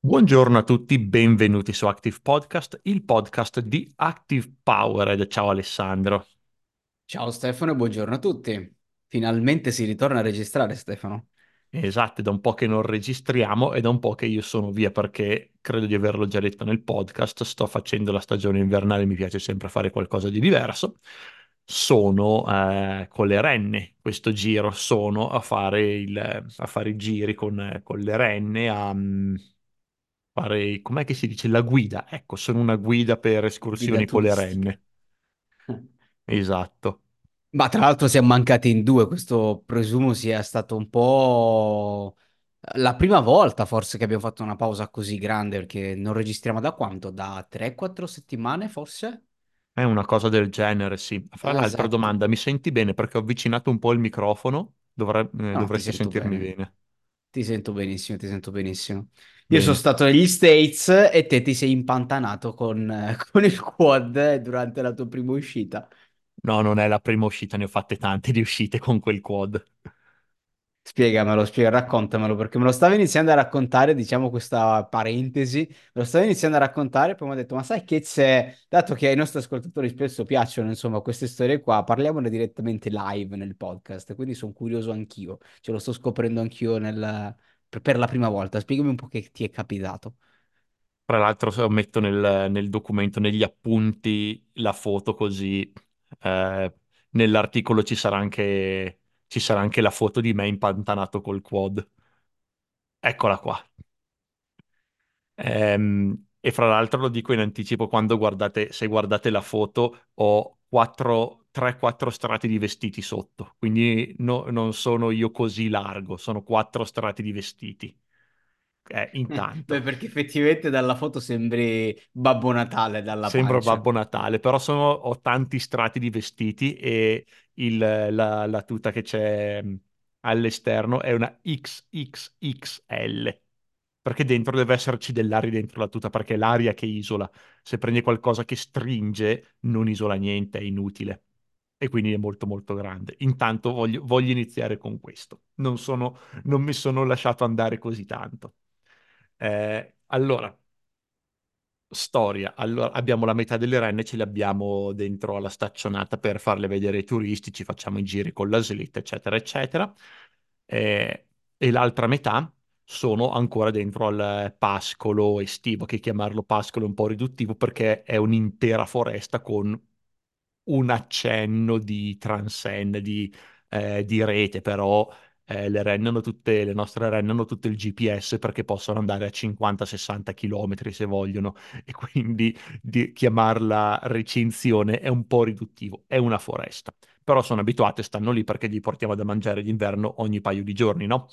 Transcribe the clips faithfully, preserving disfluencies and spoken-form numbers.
Buongiorno a tutti, benvenuti su Active Podcast, il podcast di Active Powered. Ciao Alessandro. Ciao Stefano e buongiorno a tutti. Finalmente si ritorna a registrare, Stefano. Esatto, è da un po' che non registriamo e da un po' che io sono via perché credo di averlo già detto nel podcast, sto facendo la stagione invernale, mi piace sempre fare qualcosa di diverso. Sono eh, con le renne, questo giro sono a fare, il, a fare i giri con, con le renne, a mm, fare, com'è che si dice? La guida. Ecco, sono una guida per Guida escursioni con le turistica. renne. Esatto. Ma tra l'altro siamo mancati in due, questo presumo sia stato un po' la prima volta forse che abbiamo fatto una pausa così grande, perché non registriamo da quanto? Da tre quattro settimane forse? È una cosa del genere, sì. Fra l'altro, Esatto. domanda, mi senti bene perché ho avvicinato un po' il microfono? Dovre- eh, No, no, ti dovresti sento sentirmi bene. bene. Ti sento benissimo, ti sento benissimo. Io sono Bene. stato negli States e te ti sei impantanato con, eh, con il quad durante la tua prima uscita. No, non è la prima uscita, ne ho fatte tante di uscite con quel quad. Spiegamelo, spiega, raccontamelo, perché me lo stavo iniziando a raccontare, diciamo questa parentesi, me lo stavo iniziando a raccontare, poi mi ha detto, ma sai che c'è, dato che ai nostri ascoltatori spesso piacciono, insomma, queste storie qua, parliamone direttamente live nel podcast, quindi sono curioso anch'io, ce lo sto scoprendo anch'io nel- per per la prima volta, spiegami un po' che ti è capitato. Fra l'altro, se lo metto nel, nel documento, negli appunti, la foto così, eh, nell'articolo ci sarà anche, ci sarà anche la foto di me impantanato col quad. Eccola qua. Ehm, e fra l'altro lo dico in anticipo, quando guardate, se guardate la foto, ho quattro, tre quattro strati di vestiti sotto, quindi no- non sono io così largo, sono quattro strati di vestiti. Eh, Beh, intanto. perché effettivamente dalla foto sembri Babbo Natale dalla Sembra pancia. Babbo Natale, però sono, ho tanti strati di vestiti e il- la, la tuta che c'è mh, all'esterno è una X X X L, perché dentro deve esserci dell'aria dentro la tuta, perché è l'aria che isola. Se prendi qualcosa che stringe, non isola niente, è inutile. E quindi è molto molto grande. Intanto voglio, voglio iniziare con questo. Non sono, non mi sono lasciato andare così tanto. Eh, allora, storia. Allora, abbiamo la metà delle renne, ce le abbiamo dentro alla staccionata per farle vedere ai turisti, ci facciamo i giri con la slitta, eccetera, eccetera. Eh, e l'altra metà sono ancora dentro al pascolo estivo, che chiamarlo pascolo è un po' riduttivo perché è un'intera foresta con un accenno di transenne, di, eh, di rete, però eh, le renne hanno tutte, le nostre renne hanno tutto il G P S perché possono andare a cinquanta sessanta km se vogliono e quindi di chiamarla recinzione è un po' riduttivo, è una foresta. Però sono abituate, stanno lì perché gli portiamo da mangiare d'inverno ogni paio di giorni, no?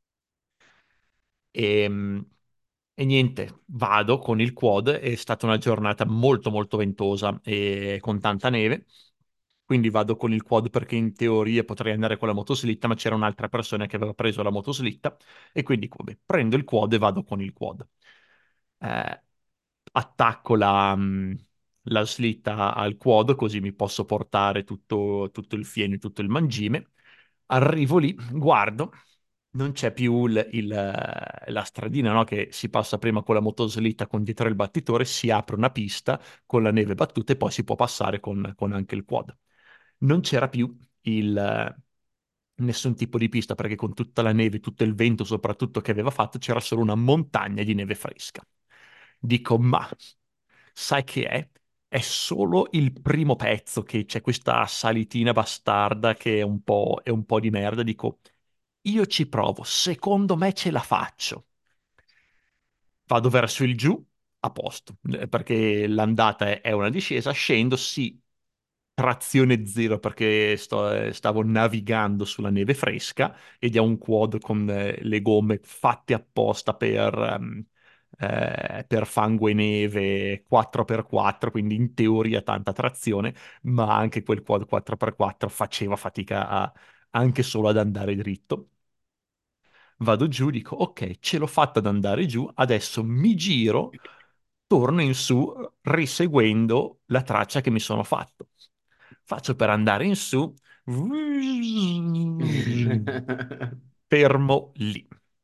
E, e niente, vado con il quad, è stata una giornata molto molto ventosa e con tanta neve, quindi vado con il quad perché in teoria potrei andare con la motoslitta, ma c'era un'altra persona che aveva preso la motoslitta e quindi vabbè, prendo il quad e vado con il quad. Eh, attacco la, mh, la slitta al quad così mi posso portare tutto, tutto il fieno e tutto il mangime. Arrivo lì, guardo, non c'è più il- il, eh, la stradina, no? Che si passa prima con la motoslitta con dietro il battitore, si apre una pista con la neve battuta e poi si può passare con, con anche il quad. Non c'era più il, eh, nessun tipo di pista perché con tutta la neve, tutto il vento soprattutto che aveva fatto, c'era solo una montagna di neve fresca. Dico, ma sai che è? È solo il primo pezzo che c'è questa salitina bastarda che è un po', è un po' di merda. Dico, io ci provo, secondo me ce la faccio. Vado verso il giù, a posto, eh, perché l'andata è è una discesa, scendo, sì, trazione zero perché sto- eh, stavo navigando sulla neve fresca ed è un quad con eh, le gomme fatte apposta per, ehm, eh, per fango e neve quattro per quattro, quindi in teoria tanta trazione, ma anche quel quad quattro per quattro faceva fatica a- anche solo ad andare dritto. Vado giù, dico, ok, ce l'ho fatta ad andare giù, adesso mi giro, torno in su, riseguendo la traccia che mi sono fatto. Faccio per andare in su, fermo lì.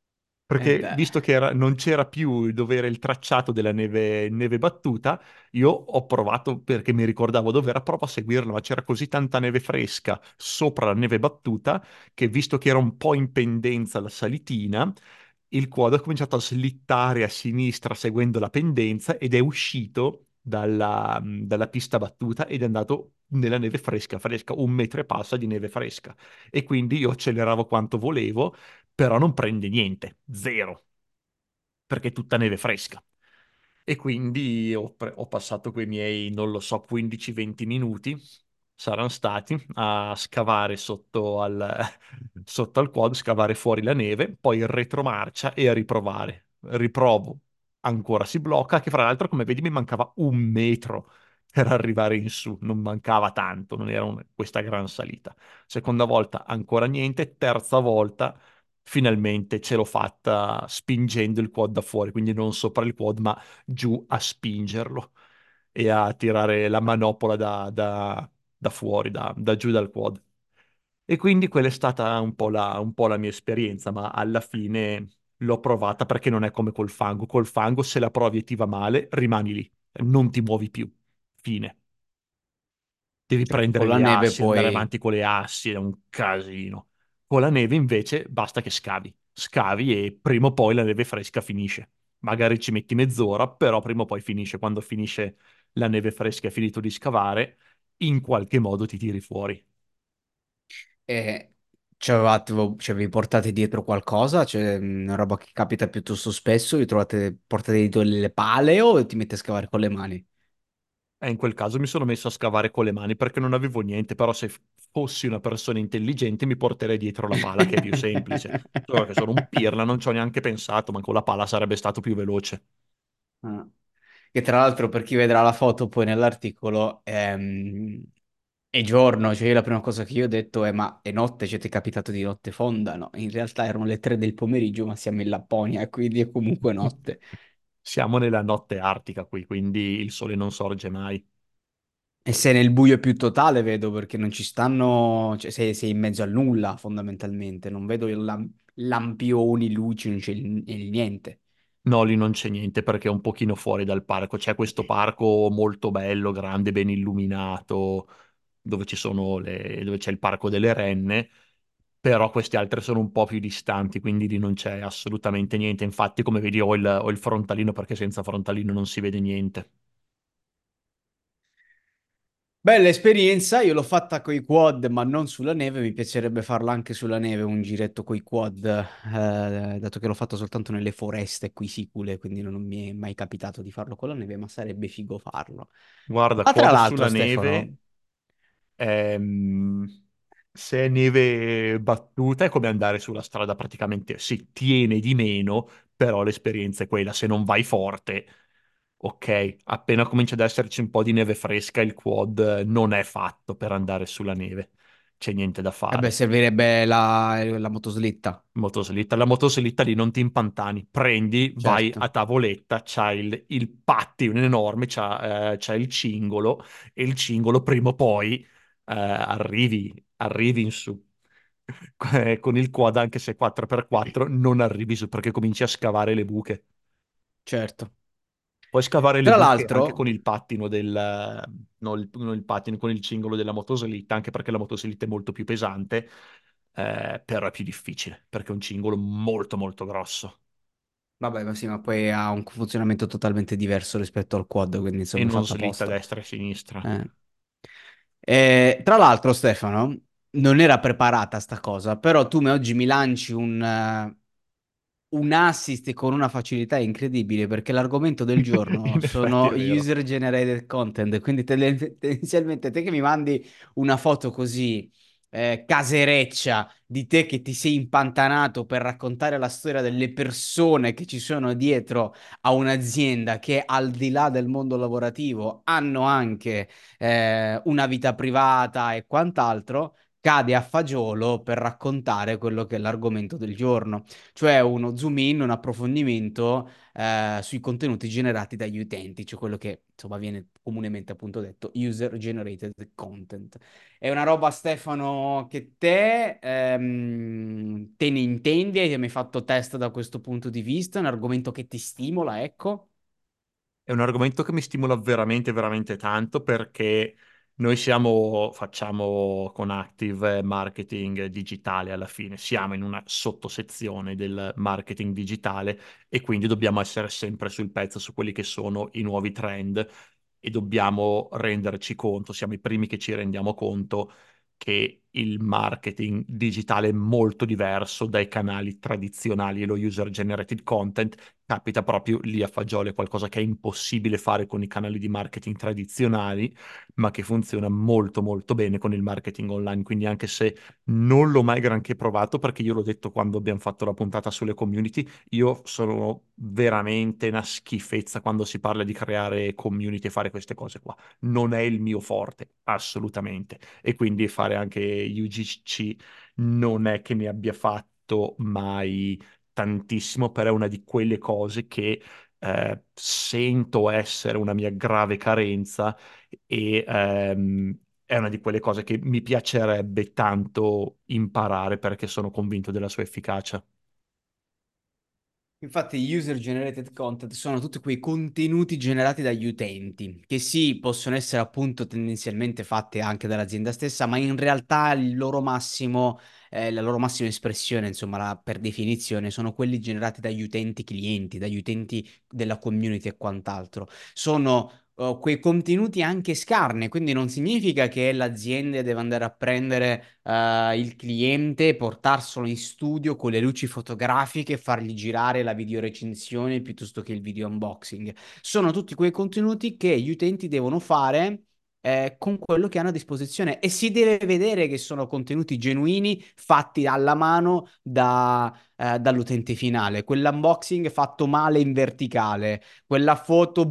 Eh Perché beh. visto che era- non c'era più il dovere, il tracciato della neve, neve battuta, io ho provato, perché mi ricordavo dove era, provo a seguirla, ma c'era così tanta neve fresca sopra la neve battuta che visto che era un po' in pendenza la salitina, il quad ha cominciato a slittare a sinistra seguendo la pendenza ed è uscito dalla, dalla pista battuta ed è andato nella neve fresca, fresca, un metro e passa di neve fresca. E quindi io acceleravo quanto volevo, però non prende niente, zero, perché è tutta neve fresca. E quindi ho, pre- ho passato quei miei, non lo so, quindici venti minuti, saranno stati, a scavare sotto al, sotto al quad, scavare fuori la neve, poi in retromarcia e a riprovare. Riprovo, ancora si blocca, che fra l'altro, come vedi, mi mancava un metro per arrivare in su, non mancava tanto, non era un- questa gran salita. Seconda volta ancora niente, terza volta finalmente ce l'ho fatta spingendo il quad da fuori, quindi non sopra il quad, ma giù a spingerlo e a tirare la manopola da, da- da fuori, da, da giù dal quad. E quindi quella è stata un po' la, un po' la mia esperienza, ma alla fine l'ho provata perché non è come col fango. Col fango, se la provi e ti va male, rimani lì, non ti muovi più. Fine. Devi Certo, prendere con la le neve assi, andare poi. avanti con le assi, è un casino. Con la neve invece basta che scavi. Scavi e prima o poi la neve fresca finisce. Magari ci metti mezz'ora, però prima o poi finisce. Quando finisce la neve fresca e hai finito di scavare, in qualche modo ti tiri fuori. E c'avevate, ci avevi portate dietro qualcosa? C'è una roba che capita piuttosto spesso? Vi trovate, portate dietro le pale o ti metti a scavare con le mani? E in quel caso mi sono messo a scavare con le mani perché non avevo niente, però se f- fossi una persona intelligente mi porterei dietro la pala, che è più semplice. Solo che sono un pirla, non ci ho neanche pensato, ma con la pala sarebbe stato più veloce. Ah. Che tra l'altro per chi vedrà la foto poi nell'articolo ehm, è giorno, cioè io la prima cosa che io ho detto è ma è notte, cioè ti è capitato di notte fonda? No, in realtà erano le tre del pomeriggio ma siamo in Lapponia quindi è comunque notte. Siamo nella notte artica qui, quindi il sole non sorge mai. E sei nel buio più totale vedo perché non ci stanno, cioè sei, sei in mezzo al nulla fondamentalmente, non vedo il lam- lampioni, luci, non c'è il- il niente. No, lì non c'è niente perché è un pochino fuori dal parco. C'è questo parco molto bello, grande, ben illuminato, dove ci sono le... dove c'è il parco delle renne, però queste altre sono un po' più distanti, quindi lì non c'è assolutamente niente. Infatti, come vedi, ho il, ho il frontalino perché senza frontalino non si vede niente. Bella esperienza, io l'ho fatta coi quad, ma non sulla neve, mi piacerebbe farla anche sulla neve, un giretto coi quad, eh, dato che l'ho fatto soltanto nelle foreste qui sicule, quindi non mi è mai capitato di farlo con la neve, ma sarebbe figo farlo. Guarda, Ma tra quad l'altro, sulla Stefano, neve. Ehm, Se è neve battuta è come andare sulla strada praticamente, sì, tiene di meno, però l'esperienza è quella, se non vai forte, ok, appena comincia ad esserci un po' di neve fresca, il quad eh, non è fatto per andare sulla neve, c'è niente da eh beh, fare. servirebbe la, la motoslitta, Motoslitta, la motoslitta lì non ti impantani, prendi, vai certo. a tavoletta, c'hai il, il pattino enorme, c'ha, eh, c'ha il cingolo e il cingolo prima o poi eh, arrivi, arrivi in su. Eh, Con il quad, anche se quattro per quattro, non arrivi su perché cominci a scavare le buche. Certo. Puoi scavare le Tra buche anche con l'altro, il pattino del... non il, non il pattino, con il cingolo della motoslitta, anche perché la motoslitta è molto più pesante, eh, però è più difficile, perché è un cingolo molto molto grosso vabbè, ma sì, ma poi ha un funzionamento totalmente diverso rispetto al quad, quindi e insomma è non fatta slitta a apposta. destra e a sinistra. Eh. Eh, tra l'altro, Stefano, non era preparata sta cosa, però tu me oggi mi lanci un, eh, un assist con una facilità incredibile perché l'argomento del giorno In effetti sono è vero. user generated content, quindi tele- tendenzialmente te che mi mandi una foto così eh, casereccia di te che ti sei impantanato per raccontare la storia delle persone che ci sono dietro a un'azienda che al di là del mondo lavorativo hanno anche eh, una vita privata e quant'altro. cade a fagiolo per raccontare quello che è l'argomento del giorno, cioè uno zoom in, un approfondimento eh, sui contenuti generati dagli utenti, cioè quello che insomma viene comunemente appunto detto user generated content. È una roba, Stefano, che te, ehm, te ne intendi, hai mai fatto test da questo punto di vista, è un argomento che ti stimola, ecco. È un argomento che mi stimola veramente, veramente tanto perché noi siamo, facciamo con Active marketing digitale alla fine, siamo in una sottosezione del marketing digitale e quindi dobbiamo essere sempre sul pezzo su quelli che sono i nuovi trend e dobbiamo renderci conto, siamo i primi che ci rendiamo conto che il marketing digitale è molto diverso dai canali tradizionali e lo user generated content capita proprio lì a fagiolo, è qualcosa che è impossibile fare con i canali di marketing tradizionali, ma che funziona molto molto bene con il marketing online. Quindi anche se non l'ho mai granché provato, perché io l'ho detto quando abbiamo fatto la puntata sulle community, io sono veramente una schifezza quando si parla di creare community e fare queste cose qua. Non è il mio forte, assolutamente. E quindi fare anche U G C non è che ne abbia fatto mai tantissimo, però è una di quelle cose che eh, sento essere una mia grave carenza e ehm, è una di quelle cose che mi piacerebbe tanto imparare perché sono convinto della sua efficacia. Infatti, user generated content sono tutti quei contenuti generati dagli utenti, che sì, possono essere appunto tendenzialmente fatti anche dall'azienda stessa, ma in realtà il loro massimo, eh, la loro massima espressione, insomma, la- per definizione, sono quelli generati dagli utenti clienti, dagli utenti della community e quant'altro. Sono eh, quei contenuti anche scarne, quindi non significa che l'azienda deve andare a prendere eh, il cliente, portarselo in studio con le luci fotografiche e fargli girare la videorecensione piuttosto che il video unboxing. Sono tutti quei contenuti che gli utenti devono fare eh, con quello che hanno a disposizione e si deve vedere che sono contenuti genuini fatti alla mano da, eh, dall'utente finale. Quell'unboxing fatto male in verticale, quella foto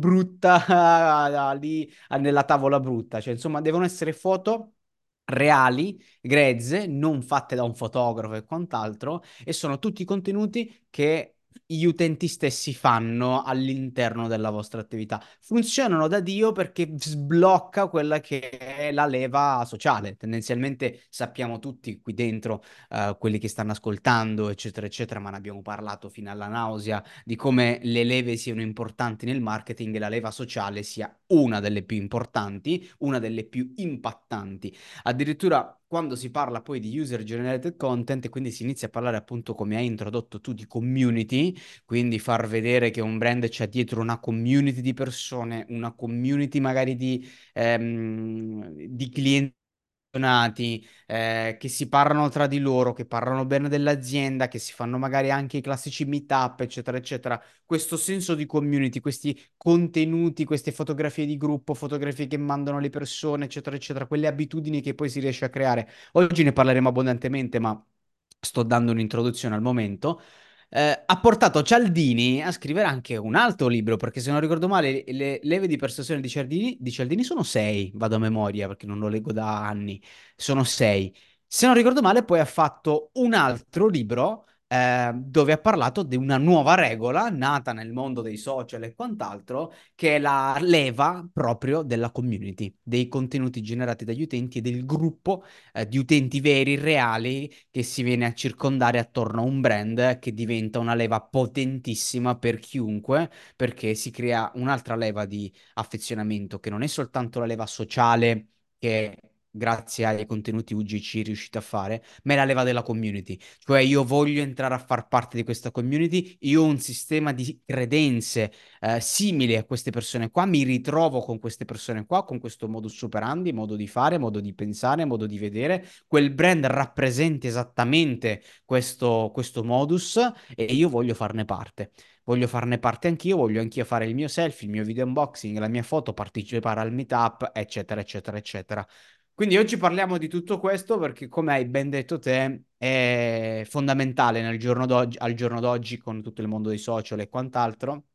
brutta lì nella tavola brutta, cioè insomma devono essere foto reali, grezze, non fatte da un fotografo e quant'altro, e sono tutti contenuti che gli utenti stessi fanno all'interno della vostra attività. Funzionano da Dio perché sblocca quella che è la leva sociale. Tendenzialmente sappiamo tutti qui dentro, eh, quelli che stanno ascoltando, eccetera, eccetera, ma ne abbiamo parlato fino alla nausea di come le leve siano importanti nel marketing e la leva sociale sia una delle più importanti, una delle più impattanti. Addirittura quando si parla poi di user generated content e quindi si inizia a parlare appunto come hai introdotto tu di community, quindi far vedere che un brand c'è dietro una community di persone, una community magari di, ehm, di clienti appassionati, eh, che si parlano tra di loro, che parlano bene dell'azienda, che si fanno magari anche i classici meetup, eccetera, eccetera. Questo senso di community, questi contenuti, queste fotografie di gruppo, fotografie che mandano le persone, eccetera, eccetera, quelle abitudini che poi si riesce a creare. Oggi ne parleremo abbondantemente, ma sto dando un'introduzione al momento. Eh, ha portato Cialdini a scrivere anche un altro libro, perché se non ricordo male, le leve di persuasione di Cialdini, di Cialdini sono sei, vado a memoria perché non lo leggo da anni, sono sei. Se non ricordo male, poi ha fatto un altro libro eh, dove ha parlato di una nuova regola nata nel mondo dei social e quant'altro, che è la leva proprio della community, dei contenuti generati dagli utenti e del gruppo eh, di utenti veri, reali, che si viene a circondare attorno a un brand che diventa una leva potentissima per chiunque, perché si crea un'altra leva di affezionamento che non è soltanto la leva sociale che grazie ai contenuti U G C riuscite a fare, ma è la leva della community. Cioè io voglio entrare a far parte di questa community, io ho un sistema di credenze eh, simili a queste persone qua, mi ritrovo con queste persone qua, con questo modus operandi, modo di fare, modo di pensare, modo di vedere. Quel brand rappresenta esattamente questo, questo modus e io voglio farne parte. Voglio farne parte anch'io, voglio anch'io fare il mio selfie, il mio video unboxing, la mia foto, partecipare al meetup, eccetera, eccetera, eccetera. Quindi oggi parliamo di tutto questo perché, come hai ben detto te, è fondamentale nel giorno d'oggi, al giorno d'oggi con tutto il mondo dei social e quant'altro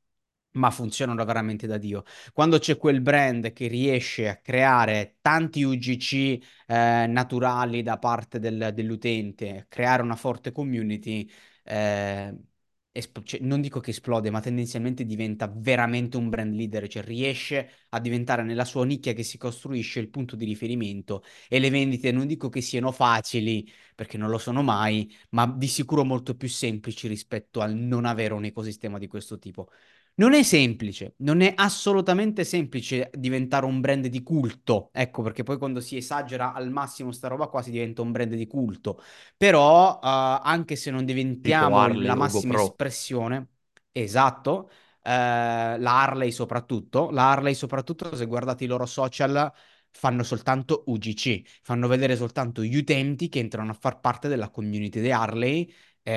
ma funzionano veramente da Dio. Quando c'è quel brand che riesce a creare tanti U G C eh, naturali da parte del- dell'utente, creare una forte community, eh, esp- cioè, non dico che esplode, ma tendenzialmente diventa veramente un brand leader, cioè riesce a diventare nella sua nicchia che si costruisce il punto di riferimento e le vendite non dico che siano facili, perché non lo sono mai, ma di sicuro molto più semplici rispetto al non avere un ecosistema di questo tipo. Non è semplice, non è assolutamente semplice diventare un brand di culto, ecco perché poi quando si esagera al massimo sta roba qua si diventa un brand di culto, però eh, anche se non tipo diventiamo il- Harley la o massima GoPro. espressione, esatto, eh, la Harley soprattutto, la Harley soprattutto se guardate i loro social fanno soltanto U G C, fanno vedere soltanto gli utenti che entrano a far parte della community di Harley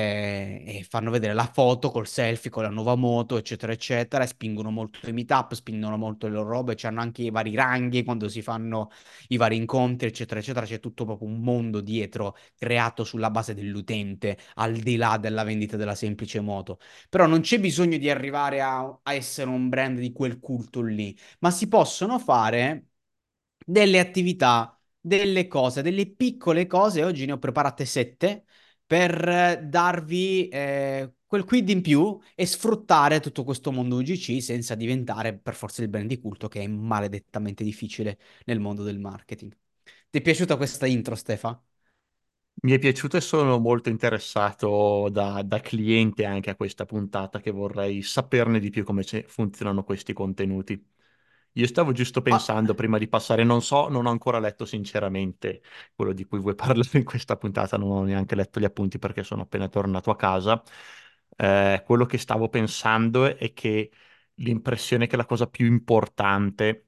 eh, e fanno vedere la foto col selfie, con la nuova moto, eccetera, eccetera, e spingono molto i meetup, spingono molto le loro robe, c'hanno anche i vari ranghi quando si fanno i vari incontri, eccetera, eccetera, c'è tutto proprio un mondo dietro creato sulla base dell'utente, al di là della vendita della semplice moto. Però non c'è bisogno di arrivare a, a essere un brand di quel culto lì, ma si possono fare delle attività, delle cose, delle piccole cose. Oggi ne ho preparate sette per eh, darvi eh, quel quid in più e sfruttare tutto questo mondo U G C senza diventare per forza il brand di culto, che è maledettamente difficile nel mondo del marketing. Ti è piaciuta questa intro, Stefa? Mi è piaciuto e sono molto interessato da, da cliente anche a questa puntata che vorrei saperne di più come ce- funzionano questi contenuti. Io stavo giusto pensando Ah, prima di passare, non so, non ho ancora letto sinceramente quello di cui vuoi parlare in questa puntata, non ho neanche letto gli appunti perché sono appena tornato a casa. Eh, quello che stavo pensando è che l'impressione che la cosa più importante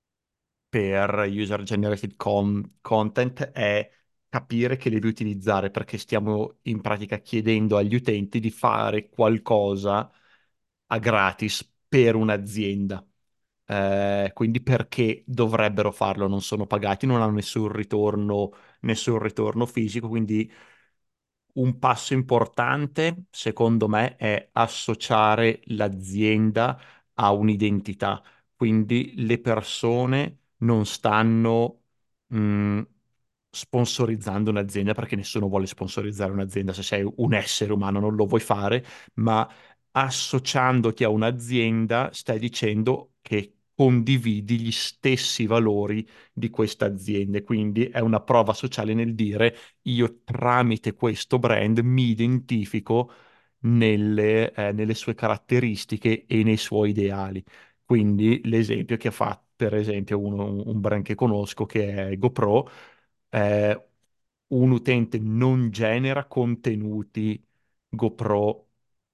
per user generated con- content è capire che devi utilizzare perché stiamo in pratica chiedendo agli utenti di fare qualcosa a gratis per un'azienda. Eh, quindi perché dovrebbero farlo? Non sono pagati, non hanno nessun ritorno, nessun ritorno fisico, quindi un passo importante, secondo me, è associare l'azienda a un'identità. Quindi le persone non stanno mh, sponsorizzando un'azienda perché nessuno vuole sponsorizzare un'azienda. Se sei un essere umano non lo vuoi fare, ma associandoti a un'azienda stai dicendo che condividi gli stessi valori di questa azienda. E quindi è una prova sociale nel dire io tramite questo brand mi identifico nelle, eh, nelle sue caratteristiche e nei suoi ideali. Quindi l'esempio che fa, per esempio, uno- un brand che conosco che è GoPro, eh, un utente non genera contenuti GoPro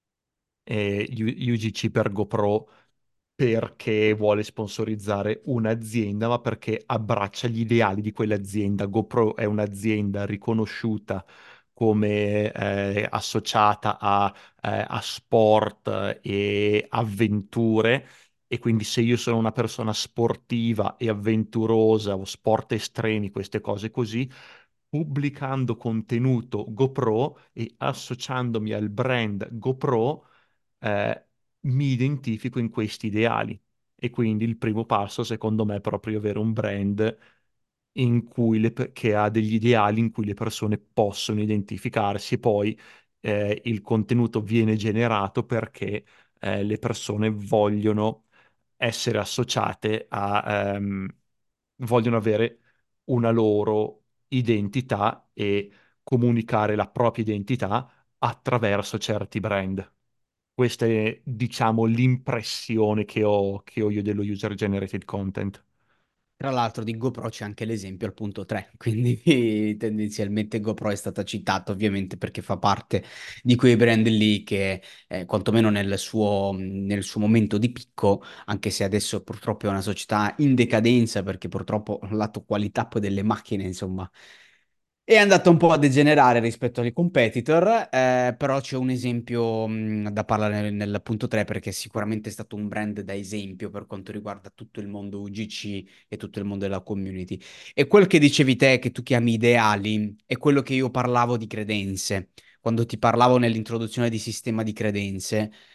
e U- UGC per GoPro perché vuole sponsorizzare un'azienda, ma perché abbraccia gli ideali di quell'azienda. GoPro è un'azienda riconosciuta come eh, associata a, eh, a sport e avventure. E quindi se io sono una persona sportiva e avventurosa o sport estremi, queste cose così, pubblicando contenuto GoPro e associandomi al brand GoPro, eh, mi identifico in questi ideali. E quindi il primo passo, secondo me, è proprio avere un brand in cui le pe- che ha degli ideali in cui le persone possono identificarsi e poi eh, il contenuto viene generato perché eh, le persone vogliono essere associate a, ehm, vogliono avere una loro identità e comunicare la propria identità attraverso certi brand. Questa è, diciamo, l'impressione che ho, che ho io dello user generated content. tra l'altro di GoPro c'è anche l'esempio al punto tre, quindi tendenzialmente GoPro è stata citata ovviamente perché fa parte di quei brand lì che eh, quantomeno nel suo, nel suo momento di picco, anche se adesso purtroppo è una società in decadenza perché purtroppo lato qualità poi delle macchine, insomma, è andato un po' a degenerare rispetto ai competitor, eh, però c'è un esempio mh, da parlare nel, nel punto tre perché sicuramente è stato un brand da esempio per quanto riguarda tutto il mondo U G C e tutto il mondo della community. E quel che dicevi te, che tu chiami ideali, è quello che io parlavo di credenze. Quando ti parlavo nell'introduzione di sistema di credenze,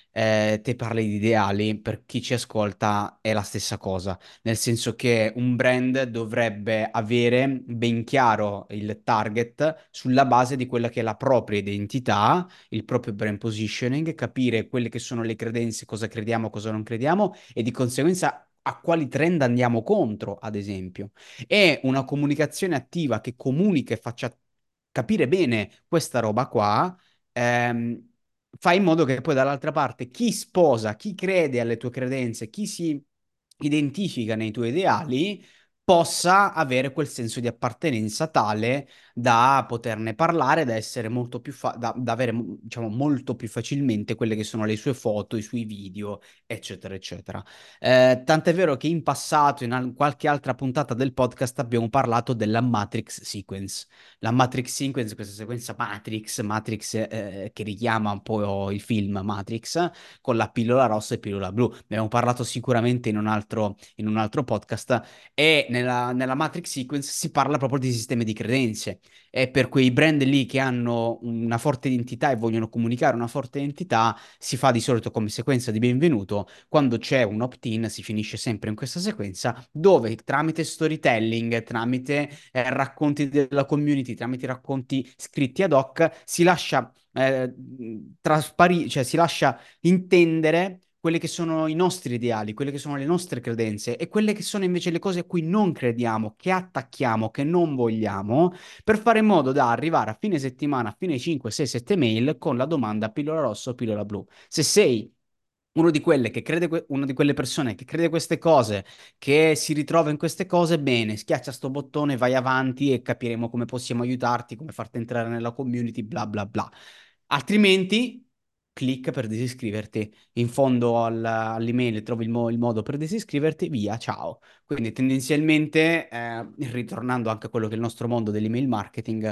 eh, te parli di ideali, per chi ci ascolta è la stessa cosa, nel senso che un brand dovrebbe avere ben chiaro il target sulla base di quella che è la propria identità, il proprio brand positioning, capire quelle che sono le credenze, cosa crediamo, cosa non crediamo e di conseguenza a quali trend andiamo contro, ad esempio. E una comunicazione attiva che comunica e faccia capire bene questa roba qua, ehm, fa in modo che poi dall'altra parte chi sposa, chi crede alle tue credenze, chi si identifica nei tuoi ideali, possa avere quel senso di appartenenza tale da poterne parlare, da essere molto più fa- da, da avere, diciamo, molto più facilmente quelle che sono le sue foto, i suoi video, eccetera, eccetera. Eh, tant'è vero che in passato, in al- qualche altra puntata del podcast, abbiamo parlato della Matrix Sequence. La Matrix Sequence, questa sequenza Matrix, Matrix eh, che richiama un po' il film Matrix, con la pillola rossa e pillola blu. Ne abbiamo parlato sicuramente in un altro, in un altro podcast. E nella, nella Matrix Sequence si parla proprio di sistemi di credenze. E per quei brand lì che hanno una forte identità e vogliono comunicare una forte identità, si fa di solito come sequenza di benvenuto. Quando c'è un opt-in, si finisce sempre in questa sequenza, dove tramite storytelling, tramite eh, racconti della community, tramite racconti scritti ad hoc, si lascia eh, trasparire, cioè si lascia intendere quelle che sono i nostri ideali, quelle che sono le nostre credenze e quelle che sono invece le cose a cui non crediamo, che attacchiamo, che non vogliamo, per fare in modo da arrivare a fine settimana, a fine cinque, sei, sette mail con la domanda pillola rossa o pillola blu. Se sei uno di quelle che crede, que- una di quelle persone che crede queste cose, che si ritrova in queste cose, bene, schiaccia sto bottone, vai avanti e capiremo come possiamo aiutarti, come farti entrare nella community, bla bla bla. Altrimenti, clicca per disiscriverti. In fondo al- all'email trovi il, mo- il modo per disiscriverti, via, ciao. Quindi tendenzialmente, eh, ritornando anche a quello che è il nostro mondo dell'email marketing,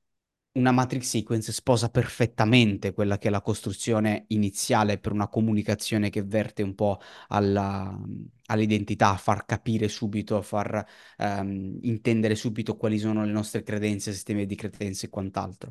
una matrix sequence sposa perfettamente quella che è la costruzione iniziale per una comunicazione che verte un po' alla- all'identità, a far capire subito, a far ehm, intendere subito quali sono le nostre credenze, sistemi di credenze e quant'altro.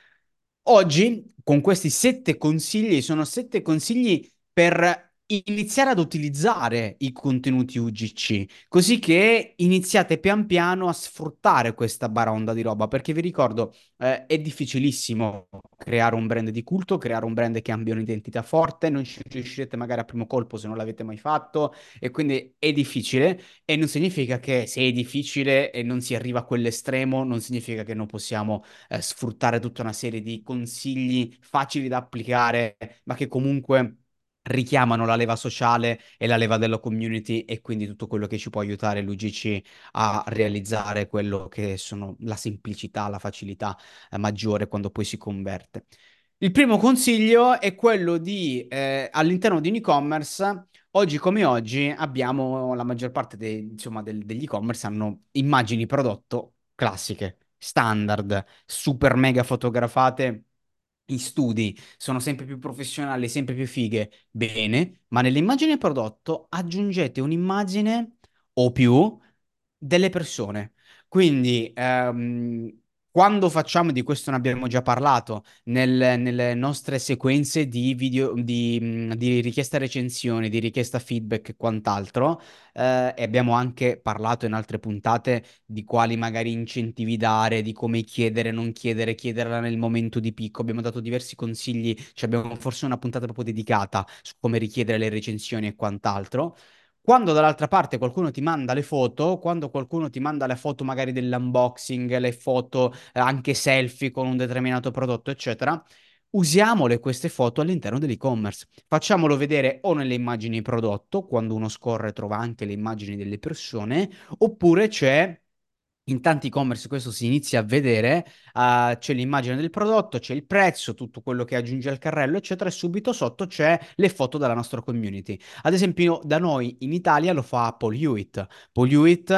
Oggi, con questi sette consigli, sono sette consigli per iniziare ad utilizzare i contenuti U G C, così che iniziate pian piano a sfruttare questa baraonda di roba, perché vi ricordo, eh, è difficilissimo creare un brand di culto, creare un brand che abbia un'identità forte, non ci riuscirete magari a primo colpo se non l'avete mai fatto, e quindi è difficile, e non significa che se è difficile e non si arriva a quell'estremo, non significa che non possiamo eh, sfruttare tutta una serie di consigli facili da applicare, ma che comunque richiamano la leva sociale e la leva della community e quindi tutto quello che ci può aiutare l'U G C a realizzare quello che sono la semplicità, la facilità eh, maggiore quando poi si converte. Il primo consiglio è quello di, eh, all'interno di un e-commerce, oggi come oggi abbiamo la maggior parte dei- insomma, del- degli e-commerce hanno immagini prodotto classiche, standard, super mega fotografate in studi, sono sempre più professionali, sempre più fighe. Bene, ma nell'immagine prodotto aggiungete un'immagine o più delle persone. Quindi, ehm, quando facciamo, di questo ne abbiamo già parlato, nel- nelle nostre sequenze di video, di, mh, di richiesta recensioni, di richiesta feedback e quant'altro, eh, e abbiamo anche parlato in altre puntate di quali magari incentivi dare, di come chiedere, non chiedere, chiederla nel momento di picco. Abbiamo dato diversi consigli, cioè abbiamo forse una puntata proprio dedicata su come richiedere le recensioni e quant'altro. Quando dall'altra parte qualcuno ti manda le foto, quando qualcuno ti manda le foto magari dell'unboxing, le foto eh, anche selfie con un determinato prodotto, eccetera, usiamole queste foto all'interno dell'e-commerce. Facciamolo vedere o nelle immagini prodotto, quando uno scorre trova anche le immagini delle persone, oppure c'è in tanti e-commerce questo si inizia a vedere, eh, c'è l'immagine del prodotto, c'è il prezzo, tutto quello che aggiunge al carrello, eccetera, e subito sotto c'è le foto della nostra community. Ad esempio, da noi in Italia lo fa Paul Hewitt. Paul Hewitt,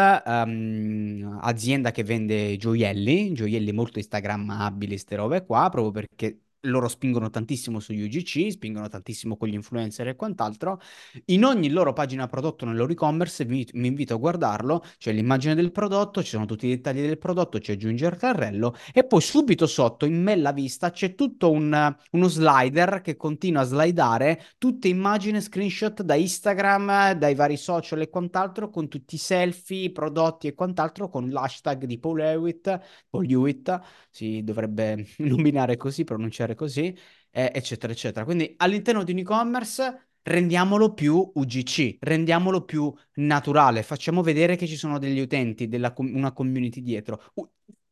ehm, azienda che vende gioielli, gioielli molto instagrammabili, ste robe qua, proprio perché loro spingono tantissimo su U G C, spingono tantissimo con gli influencer e quant'altro. In ogni loro pagina prodotto nel loro e-commerce vi, mi invito a guardarlo, c'è l'immagine del prodotto, ci sono tutti i dettagli del prodotto, c'è aggiungere carrello e poi subito sotto, in bella vista, c'è tutto un, uno slider che continua a slidare tutte immagini, screenshot da Instagram, dai vari social e quant'altro, con tutti i selfie, prodotti e quant'altro, con l'hashtag di Paul Hewitt, Paul Hewitt, si dovrebbe nominare così, pronunciare così, eh, eccetera, eccetera. Quindi all'interno di un e-commerce rendiamolo più U G C, rendiamolo più naturale, facciamo vedere che ci sono degli utenti, della com- una community dietro. U-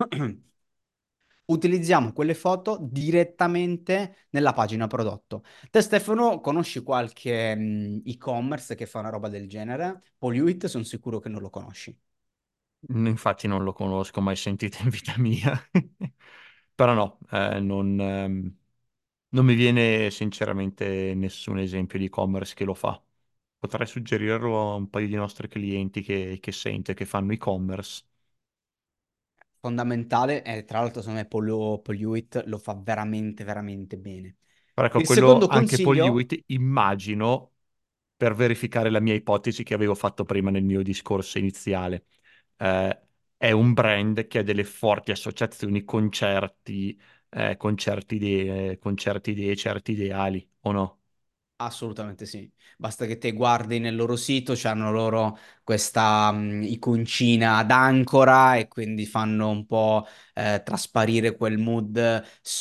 Utilizziamo quelle foto direttamente nella pagina prodotto. Te, Stefano, conosci qualche mh, e-commerce che fa una roba del genere? Poliuit, sono sicuro che non lo conosci. Infatti non lo conosco, mai sentito in vita mia. Però no, eh, non, ehm, non mi viene sinceramente nessun esempio di e-commerce che lo fa. Potrei suggerirlo a un paio di nostri clienti che, che sente che fanno e-commerce. Fondamentale, e tra l'altro secondo me Polo- Poliuit lo fa veramente, veramente bene. Però ecco, Il quello secondo anche consiglio, Polyuit, immagino, per verificare la mia ipotesi che avevo fatto prima nel mio discorso iniziale, eh, è un brand che ha delle forti associazioni con certi, eh, con certi idee, con certe idee, certi ideali, o no? assolutamente sì. Basta che te guardi nel loro sito, c'hanno loro questa mh, iconcina ad ancora e quindi fanno un po' eh, trasparire quel mood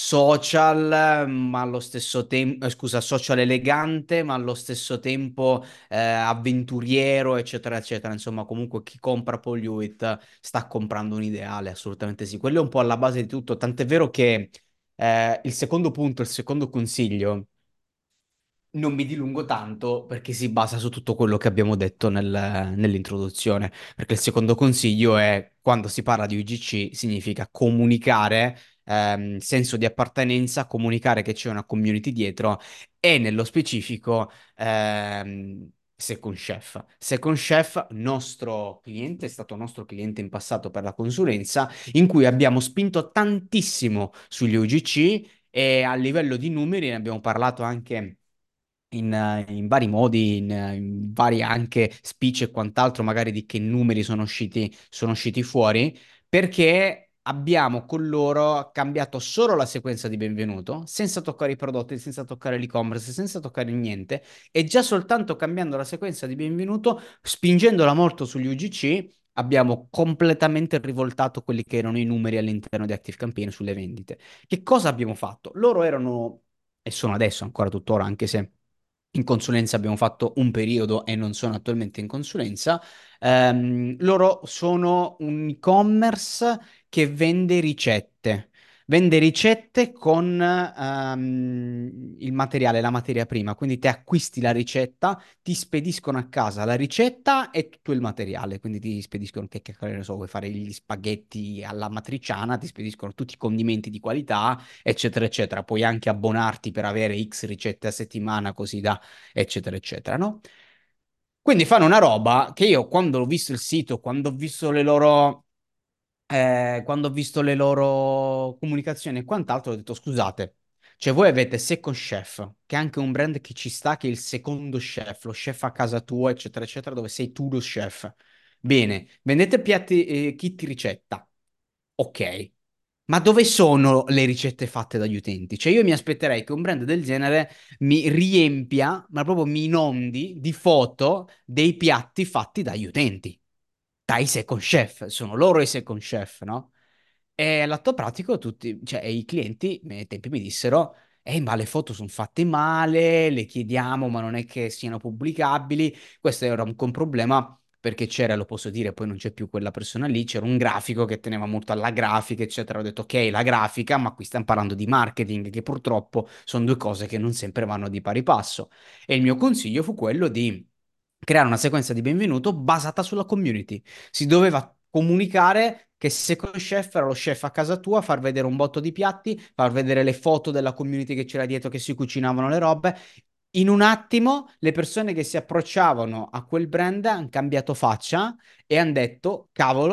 social, ma allo stesso tempo, scusa, social elegante, ma allo stesso tempo eh, avventuriero, eccetera, eccetera. Insomma, comunque chi compra Paul Hewitt sta comprando un ideale, assolutamente sì. Quello è un po' alla base di tutto, tant'è vero che eh, il secondo punto, il secondo consiglio non mi dilungo tanto perché si basa su tutto quello che abbiamo detto nel- nell'introduzione. Perché il secondo consiglio è quando si parla di U G C significa comunicare, ehm, senso di appartenenza, comunicare che c'è una community dietro e nello specifico ehm, Second Chef. Second Chef, nostro cliente, è stato nostro cliente in passato per la consulenza, in cui abbiamo spinto tantissimo sugli U G C e a livello di numeri ne abbiamo parlato anche in, eh, in vari modi, in, eh, in vari anche speech e quant'altro, magari di che numeri sono usciti, sono usciti fuori, perché abbiamo con loro cambiato solo la sequenza di benvenuto, senza toccare i prodotti, senza toccare l'e-commerce, senza toccare niente, e già soltanto cambiando la sequenza di benvenuto, spingendola molto sugli U G C. Abbiamo completamente rivoltato quelli che erano i numeri all'interno di ActiveCampaign sulle vendite. Che cosa abbiamo fatto? Loro erano, e sono adesso ancora tuttora, anche se in consulenza abbiamo fatto un periodo e non sono attualmente in consulenza. Ehm, loro sono un e-commerce che vende ricette. Vende ricette con ehm, il materiale, la materia prima. Quindi te acquisti la ricetta, ti spediscono a casa la ricetta e tutto il materiale. Quindi ti spediscono, che, che ne so, vuoi fare gli spaghetti alla matriciana, ti spediscono tutti i condimenti di qualità, eccetera, eccetera. Puoi anche abbonarti per avere X ricette a settimana, così da eccetera, eccetera, no? Quindi fanno una roba che io quando ho visto il sito, quando ho visto le loro, eh, quando ho visto le loro comunicazioni e quant'altro, ho detto scusate, cioè voi avete Second Chef, che è anche un brand che ci sta, che è il secondo chef, lo chef a casa tua, eccetera, eccetera, dove sei tu lo chef. Bene, vendete piatti, eh, kit ricetta. Ok, ma dove sono le ricette fatte dagli utenti? Cioè io mi aspetterei che un brand del genere mi riempia, ma proprio mi inondi di foto dei piatti fatti dagli utenti, dai second chef, sono loro i second chef, no? E all'atto pratico tutti, cioè i clienti nei tempi mi dissero, eh, ma le foto sono fatte male, le chiediamo, ma non è che siano pubblicabili. Questo era un, un problema perché c'era, lo posso dire, poi non c'è più quella persona lì, c'era un grafico che teneva molto alla grafica, eccetera. Ho detto, ok, la grafica, ma qui stiamo parlando di marketing, che purtroppo sono due cose che non sempre vanno di pari passo. E il mio consiglio fu quello di creare una sequenza di benvenuto basata sulla community. Si doveva comunicare che Second Chef era lo chef a casa tua, far vedere un botto di piatti, far vedere le foto della community che c'era dietro che si cucinavano le robe. In un attimo, le persone che si approcciavano a quel brand hanno cambiato faccia e hanno detto, cavolo,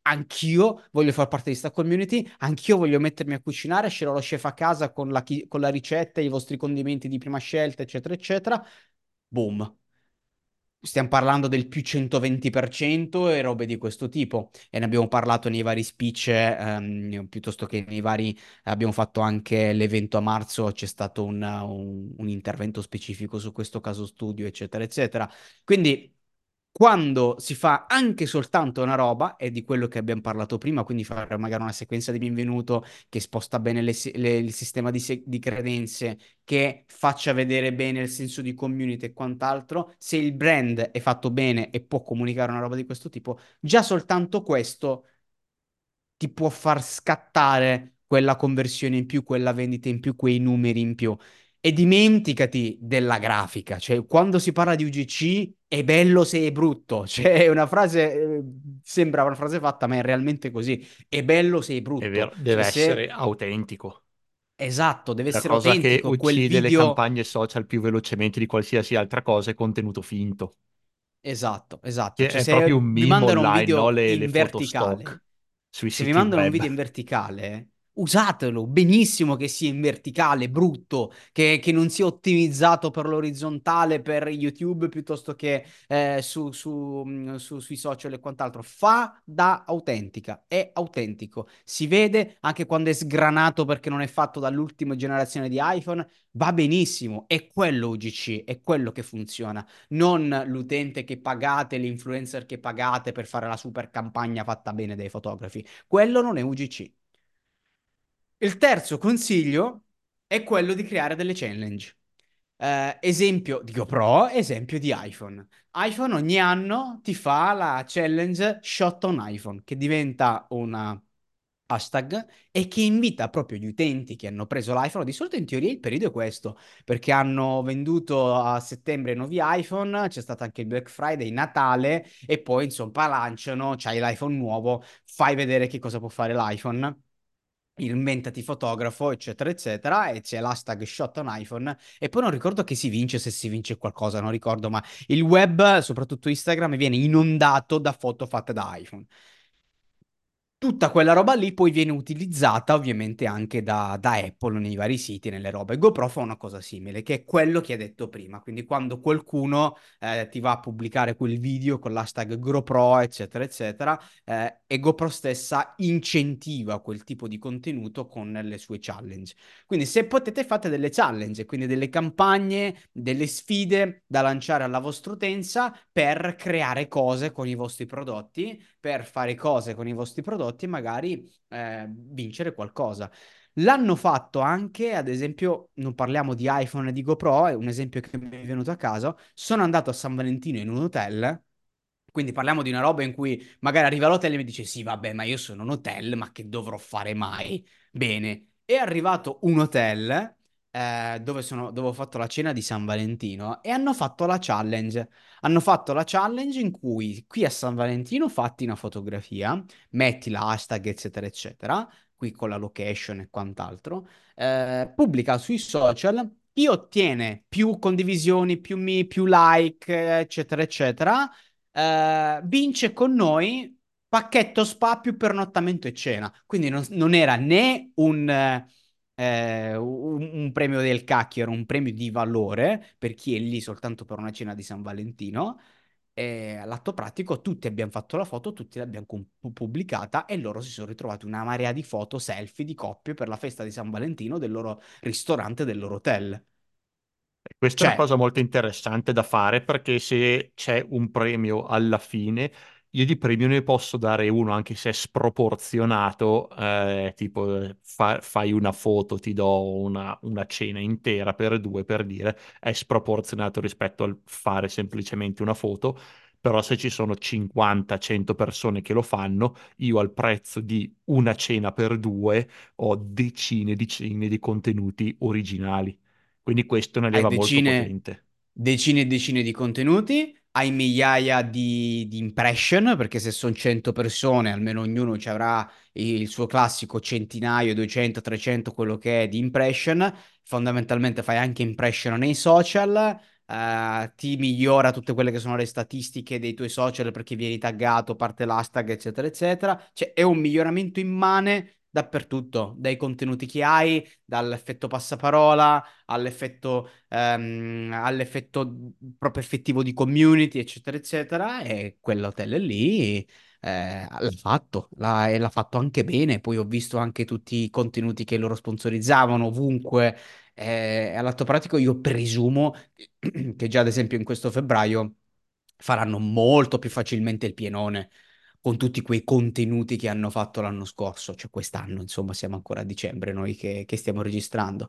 anch'io voglio far parte di sta community, anch'io voglio mettermi a cucinare, sceglierò lo chef a casa con la, chi- con la ricetta, i vostri condimenti di prima scelta, eccetera, eccetera. Boom. Stiamo parlando del più centoventi per cento e robe di questo tipo. E ne abbiamo parlato nei vari speech, ehm, piuttosto che nei vari. Abbiamo fatto anche l'evento a marzo, c'è stato un, un- un intervento specifico su questo caso studio, eccetera, eccetera. Quindi, quando si fa anche soltanto una roba, è di quello che abbiamo parlato prima, quindi fare magari una sequenza di benvenuto che sposta bene le si- le- il sistema di, se- di credenze, che faccia vedere bene il senso di community e quant'altro, se il brand è fatto bene e può comunicare una roba di questo tipo, già soltanto questo ti può far scattare quella conversione in più, quella vendita in più, quei numeri in più. E dimenticati della grafica, cioè quando si parla di U G C è bello se è brutto, cioè è una frase, eh, sembra una frase fatta, ma è realmente così, è bello se è È brutto, vero, cioè deve essere se, autentico. esatto, deve La essere cosa che autentico, quel uccide le video. campagne social più velocemente di qualsiasi altra cosa è contenuto finto, Esatto, esatto. che Cioè, è proprio un se vi meme mandano un online, no? video Le, le in foto stock verticale, sui se vi siti mandano un web. video in verticale, usatelo benissimo che sia in verticale, brutto, che, che non sia ottimizzato per l'orizzontale, per YouTube piuttosto che eh, su, su, mh, su- sui social e quant'altro. Fa da autentica, è autentico. Si vede anche quando è sgranato perché non è fatto dall'ultima generazione di iPhone, va benissimo. È quello U G C, è quello che funziona, non l'utente che pagate, l'influencer che pagate per fare la super campagna fatta bene dai fotografi. Quello non è U G C. Il terzo consiglio è quello di creare delle challenge. Eh, esempio di GoPro, esempio di iPhone. iPhone ogni anno ti fa la challenge Shot on iPhone, che diventa una hashtag e che invita proprio gli utenti che hanno preso l'iPhone. Di solito in teoria il periodo è questo, perché hanno venduto a settembre nuovi iPhone, c'è stato anche il Black Friday, Natale e poi insomma lanciano, c'hai l'iPhone nuovo, fai vedere che cosa può fare l'iPhone. Inventati fotografo, eccetera, eccetera, e c'è l'hashtag shot on iPhone. E poi non ricordo che si vince, se si vince qualcosa, non ricordo, ma il web, soprattutto Instagram, viene inondato da foto fatte da iPhone. Tutta quella roba lì poi viene utilizzata ovviamente anche da, da Apple nei vari siti, nelle robe. GoPro fa una cosa simile, che è quello che hai detto prima. Quindi quando qualcuno eh, ti va a pubblicare quel video con l'hashtag GoPro, eccetera, eccetera, eh, e GoPro stessa incentiva quel tipo di contenuto con le sue challenge. Quindi se potete fate delle challenge, quindi delle campagne, delle sfide da lanciare alla vostra utenza per creare cose con i vostri prodotti, per fare cose con i vostri prodotti e magari eh, vincere qualcosa. L'hanno fatto anche, ad esempio, non parliamo di iPhone e di GoPro, è un esempio che mi è venuto a caso. Sono andato a San Valentino in un hotel, quindi parliamo di una roba in cui magari arriva all'hotel e mi dice: Sì, vabbè, ma io sono un hotel, ma che dovrò fare mai? Bene, è arrivato un hotel eh, dove, sono, dove ho fatto la cena di San Valentino e hanno fatto la challenge. Hanno fatto la challenge in cui qui a San Valentino fatti una fotografia, metti la hashtag, eccetera, eccetera, qui con la location e quant'altro, eh, pubblica sui social, chi ottiene più condivisioni, più mi, più like, eccetera, eccetera, eh, vince con noi pacchetto spa più pernottamento e cena. Quindi non, non era né un, eh, eh, un, un premio del cacchio, era un premio di valore per chi è lì soltanto per una cena di San Valentino. E all'atto pratico tutti abbiamo fatto la foto, tutti l'abbiamo com- pubblicata e loro si sono ritrovati una marea di foto selfie di coppie per la festa di San Valentino del loro ristorante, del loro hotel. Questa è una Cioè, cosa molto interessante da fare perché se c'è un premio alla fine, io di premio ne posso dare uno anche se è sproporzionato, eh, tipo eh, fa- fai una foto, ti do una, una cena intera per due per dire, è sproporzionato rispetto al fare semplicemente una foto, però se ci sono cinquanta cento persone che lo fanno, io al prezzo di una cena per due ho decine e decine di contenuti originali. Quindi questo è una hai leva molto decine, potente. decine e decine di contenuti, hai migliaia di, di impression, perché se sono cento persone, almeno ognuno ci avrà il suo classico centinaio, duecento, trecento, quello che è di impression. Fondamentalmente fai anche impression nei social, eh, ti migliora tutte quelle che sono le statistiche dei tuoi social perché vieni taggato, parte l'hashtag, eccetera, eccetera. Cioè, è un miglioramento immane dappertutto, dai contenuti che hai, dall'effetto passaparola all'effetto ehm, all'effetto proprio effettivo di community, eccetera, eccetera. E quell'hotel lì eh, l'ha fatto, l'ha, e l'ha fatto anche bene. Poi ho visto anche tutti i contenuti che loro sponsorizzavano ovunque. Eh, all'atto pratico io presumo che già ad esempio in questo febbraio faranno molto più facilmente il pienone con tutti quei contenuti che hanno fatto l'anno scorso, cioè quest'anno, insomma, siamo ancora a dicembre noi che, che stiamo registrando.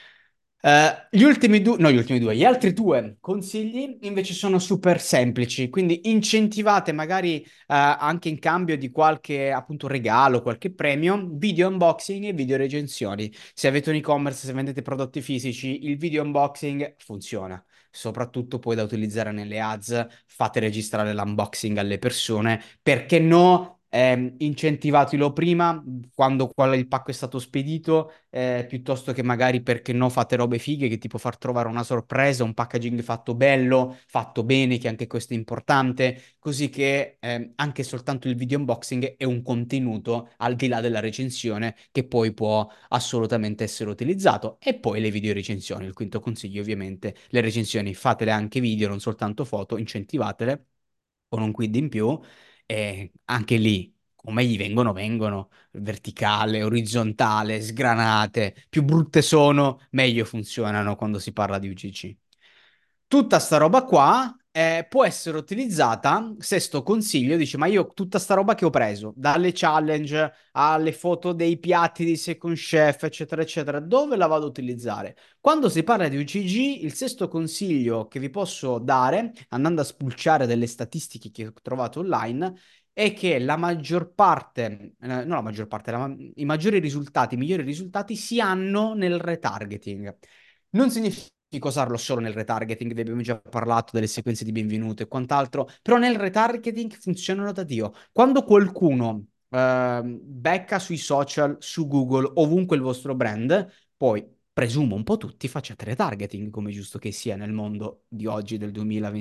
Eh, gli ultimi due, no, gli ultimi due, gli altri due consigli invece sono super semplici, quindi incentivate magari eh, anche in cambio di qualche appunto regalo, qualche premio, video unboxing e video recensioni. Se avete un e-commerce, se vendete prodotti fisici, il video unboxing funziona, soprattutto poi da utilizzare nelle ads, fate registrare l'unboxing alle persone, perché no? Ehm, incentivatelo prima, quando qual- il pacco è stato spedito, eh, piuttosto che magari perché no fate robe fighe che tipo far trovare una sorpresa, un packaging fatto bello, fatto bene, che anche questo è importante, così che ehm, anche soltanto il video unboxing è un contenuto al di là della recensione che poi può assolutamente essere utilizzato. E poi le video recensioni, il quinto consiglio ovviamente, le recensioni fatele anche video, non soltanto foto, incentivatele con un quid in più e anche lì come gli vengono, vengono verticale, orizzontale, sgranate, più brutte sono, meglio funzionano quando si parla di U G C. Tutta sta roba qua eh, può essere utilizzata, se sto consiglio, dice, ma io tutta sta roba che ho preso, dalle challenge alle foto dei piatti di Second Chef, eccetera, eccetera, dove la vado a utilizzare? Quando si parla di U C G, il sesto consiglio che vi posso dare, andando a spulciare delle statistiche che ho trovato online, è che la maggior parte, eh, non la maggior parte, la- i maggiori risultati, i migliori risultati si hanno nel retargeting. Non significa usarlo solo nel retargeting, vi abbiamo già parlato delle sequenze di benvenuto e quant'altro, però nel retargeting funzionano da Dio. Quando qualcuno ehm, becca sui social, su Google, ovunque il vostro brand, poi presumo un po' tutti facciate retargeting, come giusto che sia nel mondo di oggi del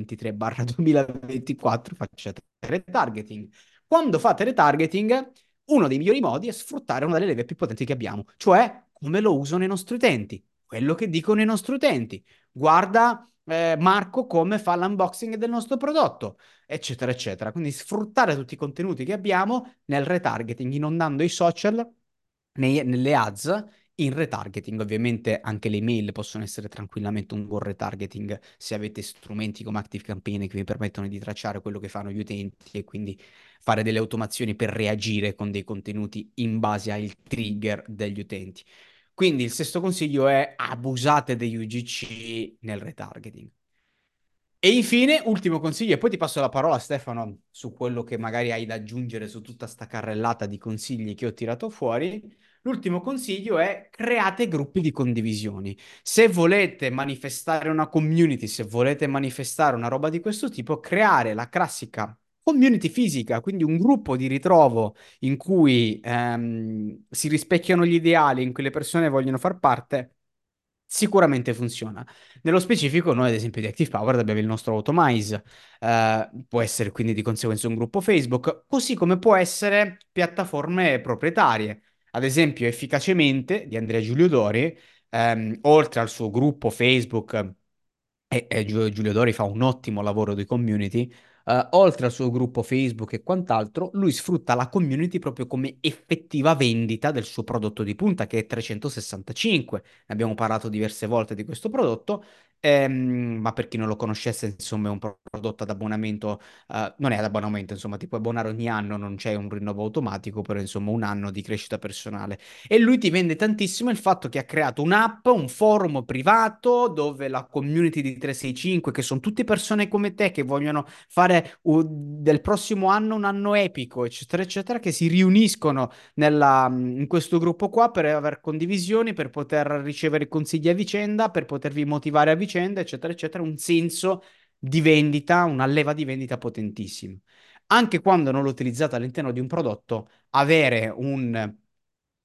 duemilaventitré-duemilaventiquattro, facciate retargeting. Quando fate retargeting, uno dei migliori modi è sfruttare una delle leve più potenti che abbiamo, cioè come lo usano i nostri utenti, quello che dicono i nostri utenti. Guarda eh, Marco come fa l'unboxing del nostro prodotto, eccetera, eccetera. Quindi sfruttare tutti i contenuti che abbiamo nel retargeting, inondando i social, nei- nelle ads, in retargeting. Ovviamente anche le email possono essere tranquillamente un buon retargeting se avete strumenti come ActiveCampaign che vi permettono di tracciare quello che fanno gli utenti e quindi fare delle automazioni per reagire con dei contenuti in base ai trigger degli utenti. Quindi il sesto consiglio è abusate degli U G C nel retargeting. E infine, ultimo consiglio, e poi ti passo la parola, Stefano, su quello che magari hai da aggiungere su tutta sta carrellata di consigli che ho tirato fuori. L'ultimo consiglio è create gruppi di condivisioni. Se volete manifestare una community, se volete manifestare una roba di questo tipo, creare la classica community fisica, quindi un gruppo di ritrovo in cui ehm, si rispecchiano gli ideali, in cui le persone vogliono far parte, sicuramente funziona. Nello specifico, noi ad esempio di Active Power abbiamo il nostro Automize, eh, può essere quindi di conseguenza un gruppo Facebook, così come può essere piattaforme proprietarie. Ad esempio, Efficacemente di Andrea Giulio Dori, ehm, oltre al suo gruppo Facebook e, e Giu- Giulio Dori fa un ottimo lavoro di community. Eh, oltre al suo gruppo Facebook e quant'altro, lui sfrutta la community proprio come effettiva vendita del suo prodotto di punta, che è trecentosessantacinque. Ne abbiamo parlato diverse volte di questo prodotto, ehm, ma per chi non lo conoscesse, insomma, è un pro- prodotto ad abbonamento, eh, non è ad abbonamento, insomma, ti puoi abbonare ogni anno, non c'è un rinnovo automatico, però insomma un anno di crescita personale. E lui ti vende tantissimo il fatto che ha creato un'app, un forum privato dove la community di trecentosessantacinque, che sono tutte persone come te che vogliono fare uh, del prossimo anno un anno epico, eccetera, eccetera, che si riuniscono nella- in questo gruppo qua per avere condivisioni, per poter ricevere consigli a vicenda, per potervi motivare a vicenda, eccetera, eccetera. Un senso di vendita, una leva di vendita potentissimo. Anche quando non lo utilizzate all'interno di un prodotto, avere un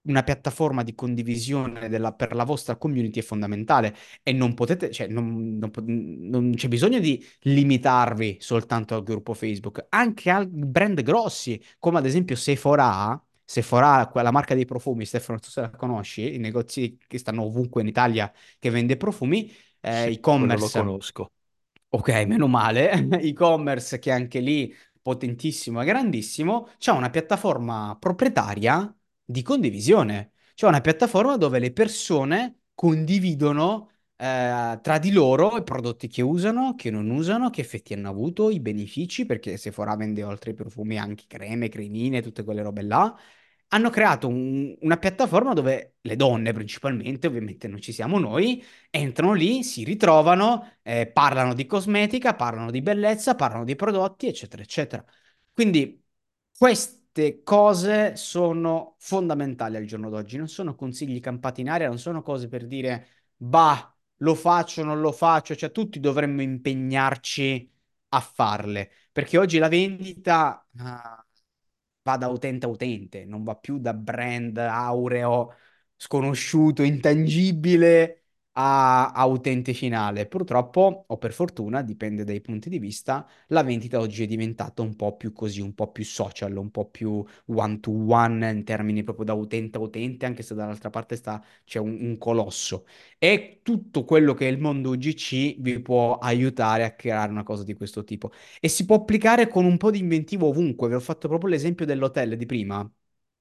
una piattaforma di condivisione della- per la vostra community è fondamentale e non potete, cioè, non, non po- non c'è bisogno di limitarvi soltanto al gruppo Facebook, anche a brand grossi, come ad esempio Sephora. Sephora, quella marca dei profumi, Stefano, tu se la conosci, i negozi che stanno ovunque in Italia che vende profumi, eh, Sì, quello lo e-commerce. conosco. Ok, meno male. E-commerce che anche lì potentissimo e grandissimo, c'è una piattaforma proprietaria di condivisione. C'è una piattaforma dove le persone condividono eh, tra di loro i prodotti che usano, che non usano, che effetti hanno avuto, i benefici, perché Sephora vende oltre ai profumi anche creme, cremine, tutte quelle robe là. Hanno creato un- una piattaforma dove le donne principalmente, ovviamente non ci siamo noi, entrano lì, si ritrovano, eh, parlano di cosmetica, parlano di bellezza, parlano di prodotti, eccetera, eccetera. Quindi queste cose sono fondamentali al giorno d'oggi, non sono consigli campati in aria, non sono cose per dire, bah, lo faccio, non lo faccio, cioè tutti dovremmo impegnarci a farle, perché oggi la vendita ah, va da utente a utente, non va più da brand aureo, sconosciuto, intangibile a, a utente finale. Purtroppo, o per fortuna, dipende dai punti di vista, la vendita oggi è diventata un po' più così, un po' più social, un po' più one to one in termini proprio da utente a utente, anche se dall'altra parte sta, c'è un, un colosso. E tutto quello che è il mondo U G C vi può aiutare a creare una cosa di questo tipo e si può applicare con un po' di inventivo ovunque. Vi ho fatto proprio l'esempio dell'hotel di prima.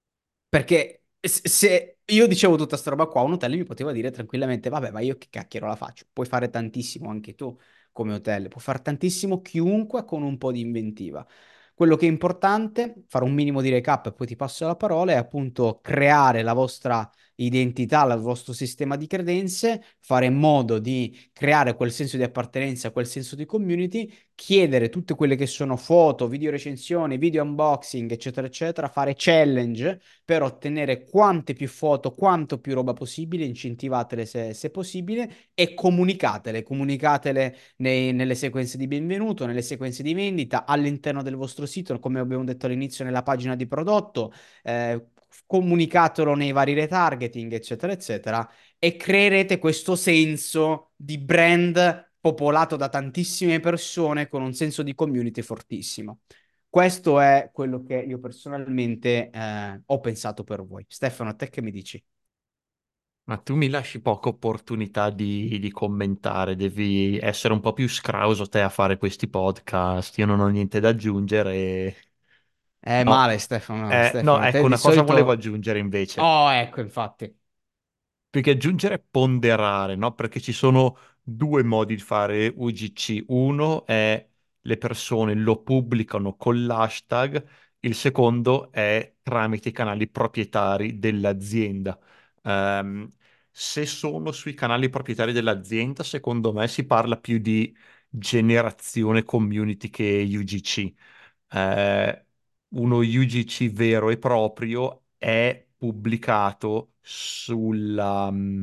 Perché s- se io dicevo tutta sta roba qua, un hotel mi poteva dire tranquillamente, vabbè, ma io che cacchio la faccio? Puoi fare tantissimo anche tu come hotel, può fare tantissimo chiunque con un po' di inventiva. Quello che è importante, fare un minimo di recap e poi ti passo la parola, è appunto creare la vostra identità, il vostro sistema di credenze, fare in modo di creare quel senso di appartenenza, quel senso di community, chiedere tutte quelle che sono foto, video recensioni, video unboxing, eccetera, eccetera, fare challenge per ottenere quante più foto, quanto più roba possibile, incentivatele se, se possibile e comunicatele, comunicatele nei- nelle sequenze di benvenuto, nelle sequenze di vendita, all'interno del vostro sito, come abbiamo detto all'inizio, nella pagina di prodotto, eh, comunicatelo nei vari retargeting, eccetera, eccetera, e creerete questo senso di brand popolato da tantissime persone con un senso di community fortissimo. Questo è quello che io personalmente eh, ho pensato per voi. Stefano, a te che mi dici? Ma tu mi lasci poca opportunità di, di commentare, devi essere un po' più scrauso te a fare questi podcast. Io non ho niente da aggiungere. e- È No, male, Stefano. Eh, no, Stefano, te ecco, di una cosa volevo solito... aggiungere invece. Oh, ecco, infatti. Più che aggiungere, è ponderare, no? Perché ci sono due modi di fare U G C. Uno è le persone lo pubblicano con l'hashtag, il secondo è tramite i canali proprietari dell'azienda. Ehm, Se sono sui canali proprietari dell'azienda, secondo me si parla più di generazione community che U G C. Eh, Uno U G C vero e proprio è pubblicato sulla, mm,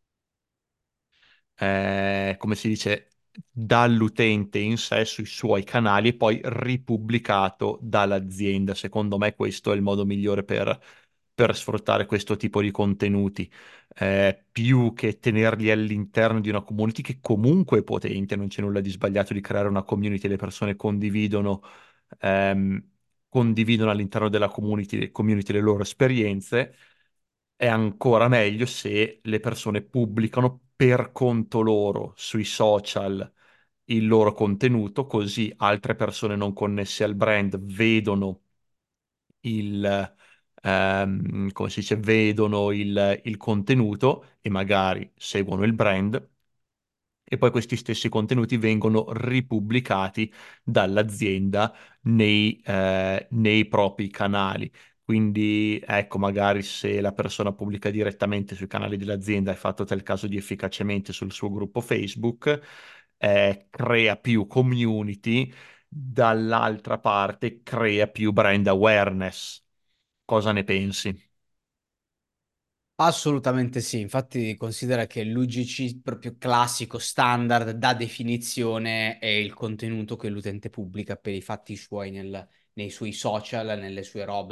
eh, come si dice, dall'utente in sé sui suoi canali e poi ripubblicato dall'azienda. Secondo me questo è il modo migliore per, per sfruttare questo tipo di contenuti, eh, più che tenerli all'interno di una community che comunque è potente, non c'è nulla di sbagliato di creare una community, le persone condividono, ehm, condividono all'interno della community, community le loro esperienze. È ancora meglio se le persone pubblicano per conto loro sui social il loro contenuto, così altre persone non connesse al brand vedono il, ehm, come si dice, vedono il, il contenuto e magari seguono il brand e poi questi stessi contenuti vengono ripubblicati dall'azienda nei, eh, nei propri canali. Quindi, ecco, magari se la persona pubblica direttamente sui canali dell'azienda, hai fatto te il caso di efficacemente sul suo gruppo Facebook, eh, crea più community, dall'altra parte crea più brand awareness. Cosa ne pensi? Assolutamente sì, infatti considera che l'U G C proprio classico, standard, da definizione è il contenuto che l'utente pubblica per i fatti suoi nel- nei suoi social, nelle sue robe.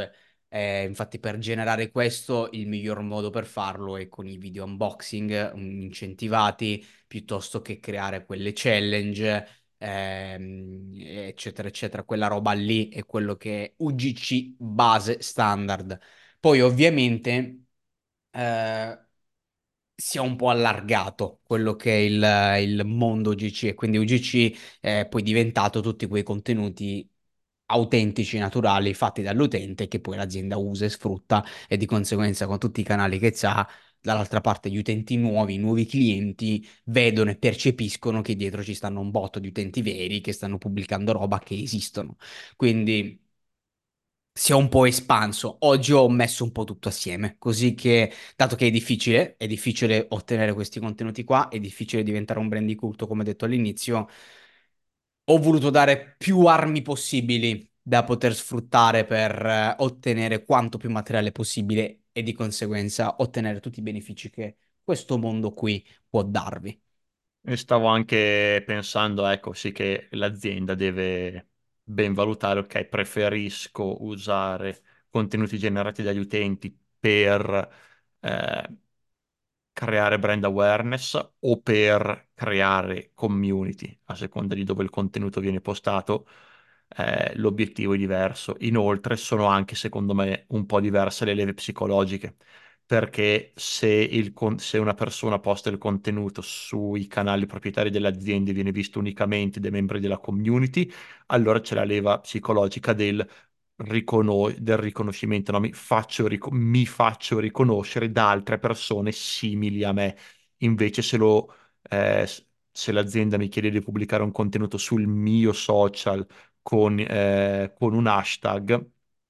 Eh, infatti, per generare questo, il miglior modo per farlo è con i video unboxing mm, incentivati, piuttosto che creare quelle challenge, ehm, eccetera, eccetera. Quella roba lì è quello che è U G C base standard. Poi, ovviamente, eh, si è un po' allargato quello che è il, il mondo U G C, e quindi U G C è poi diventato tutti quei contenuti autentici, naturali, fatti dall'utente che poi l'azienda usa e sfrutta, e di conseguenza con tutti i canali che ha, dall'altra parte gli utenti nuovi, i nuovi clienti vedono e percepiscono che dietro ci stanno un botto di utenti veri che stanno pubblicando roba che esistono. Quindi si è un po' espanso. Oggi ho messo un po' tutto assieme, così che, dato che è difficile, è difficile ottenere questi contenuti qua, è difficile diventare un brand di culto, come detto all'inizio, ho voluto dare più armi possibili da poter sfruttare per eh, ottenere quanto più materiale possibile e di conseguenza ottenere tutti i benefici che questo mondo qui può darvi. E stavo anche pensando, ecco, sì che l'azienda deve ben valutare, ok, preferisco usare contenuti generati dagli utenti per eh, creare brand awareness o per creare community, a seconda di dove il contenuto viene postato, eh, l'obiettivo è diverso. Inoltre sono anche, secondo me, un po' diverse le leve psicologiche, perché se, il con- se una persona posta il contenuto sui canali proprietari delle aziende e viene visto unicamente dai membri della community, allora c'è la leva psicologica del ricono- del riconoscimento, no? Mi faccio, rico- mi faccio riconoscere da altre persone simili a me. Invece se lo, eh, s- se l'azienda mi chiede di pubblicare un contenuto sul mio social con, eh, con un hashtag,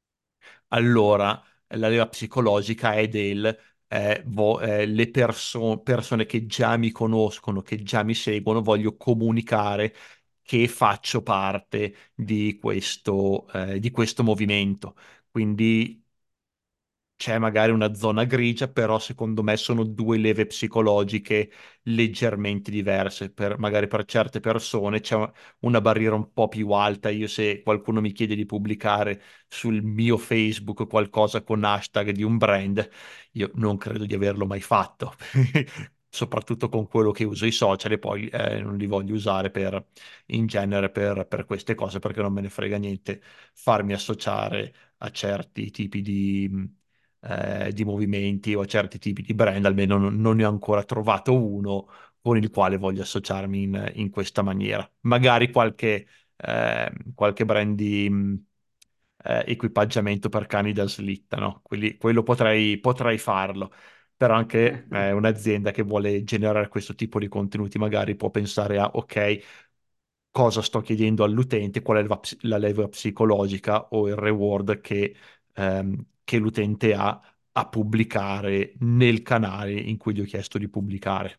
allora la leva psicologica è del eh, vo- eh, le perso- persone che già mi conoscono, che già mi seguono, voglio comunicare che faccio parte di questo, eh, di questo movimento. Quindi c'è magari una zona grigia, però secondo me sono due leve psicologiche leggermente diverse. Per, magari per certe persone c'è una barriera un po' più alta. Io se qualcuno mi chiede di pubblicare sul mio Facebook qualcosa con hashtag di un brand, io non credo di averlo mai fatto. Soprattutto con quello che uso i social e poi eh, non li voglio usare per, in genere per, per queste cose perché non me ne frega niente farmi associare a certi tipi di, eh, di movimenti o a certi tipi di brand, almeno non, non ne ho ancora trovato uno con il quale voglio associarmi in, in questa maniera. Magari qualche, eh, qualche brand di mh, eh, equipaggiamento per cani da slitta, no? Quelli- quello potrei, potrei farlo. Però anche eh, un'azienda che vuole generare questo tipo di contenuti magari può pensare a, ok, cosa sto chiedendo all'utente, qual è la, ps- la leva psicologica o il reward che, ehm, che l'utente ha a pubblicare nel canale in cui gli ho chiesto di pubblicare.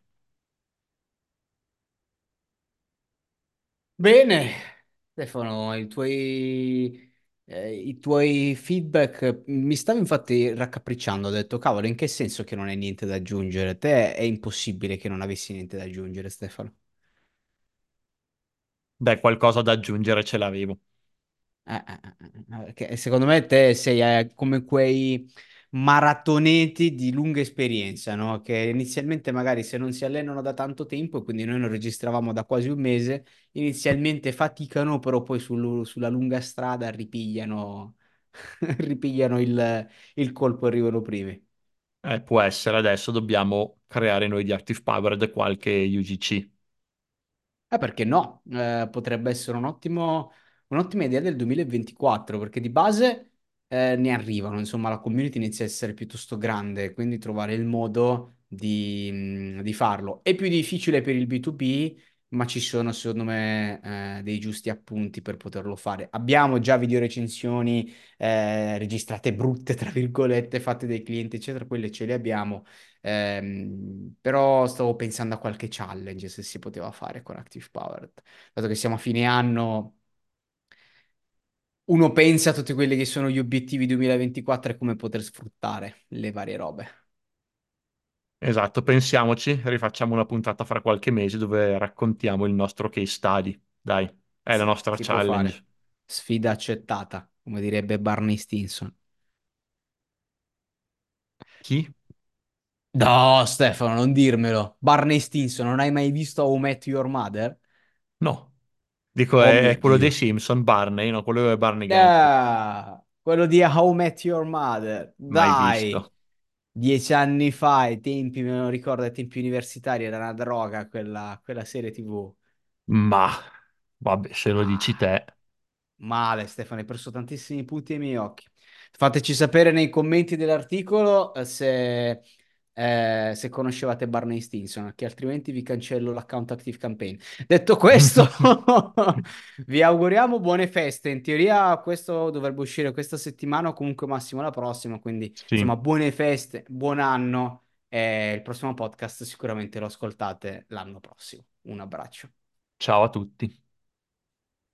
Bene, Stefano, i tuoi, eh, i tuoi feedback mi stavo infatti raccapricciando, ho detto, cavolo, in che senso che non hai niente da aggiungere? Te è impossibile che non avessi niente da aggiungere, Stefano. Beh, qualcosa da aggiungere ce l'avevo. Eh, eh, eh, eh, che secondo me te sei eh, come quei maratoneti di lunga esperienza, no? Che inizialmente magari se non si allenano da tanto tempo, e quindi noi non registravamo da quasi un mese, inizialmente faticano, però poi sul- sulla lunga strada ripigliano, ripigliano il, il colpo e arrivano primi. Eh, può essere, adesso dobbiamo creare noi di Active Powered qualche U G C. Eh, perché no? Eh, potrebbe essere un ottimo, un'ottima idea del duemilaventiquattro, perché di base eh, ne arrivano, insomma, la community inizia a essere piuttosto grande, quindi trovare il modo di, mh, di farlo. È più difficile per il B due B, ma ci sono, secondo me, eh, dei giusti appunti per poterlo fare. Abbiamo già videorecensioni eh, registrate brutte, tra virgolette, fatte dai clienti, eccetera, quelle ce le abbiamo. Ehm, però stavo pensando a qualche challenge se si poteva fare con Active Powered. Dato che siamo a fine anno, uno pensa a tutti quelli che sono gli obiettivi duemilaventiquattro e come poter sfruttare le varie robe. Esatto, pensiamoci, rifacciamo una puntata fra qualche mese dove raccontiamo il nostro case study. Dai, è la Si, nostra si può fare. challenge. Sfida accettata, come direbbe Barney Stinson. Chi? No, Stefano, non dirmelo. Barney Stinson, non hai mai visto How I Met Your Mother? No. Dico, Oh è, mio è quello dei Dio. Simpson, Barney, no? Quello è Barney Gump. Ah, quello di How I Met Your Mother. Mai Dai. visto. Dieci anni fa, ai tempi, me lo ricordo, ai tempi universitari, era una droga quella, quella serie T V. Ma, vabbè, se lo dici Ah, te. male, Stefano, hai perso tantissimi punti ai miei occhi. Fateci sapere nei commenti dell'articolo eh, se, eh, se conoscevate Barney Stinson, che altrimenti vi cancello l'account Active Campaign. Detto questo, vi auguriamo buone feste. In teoria questo dovrebbe uscire questa settimana o comunque massimo la prossima, quindi Sì. insomma buone feste, buon anno e il prossimo podcast sicuramente lo ascoltate l'anno prossimo. Un abbraccio. Ciao a tutti.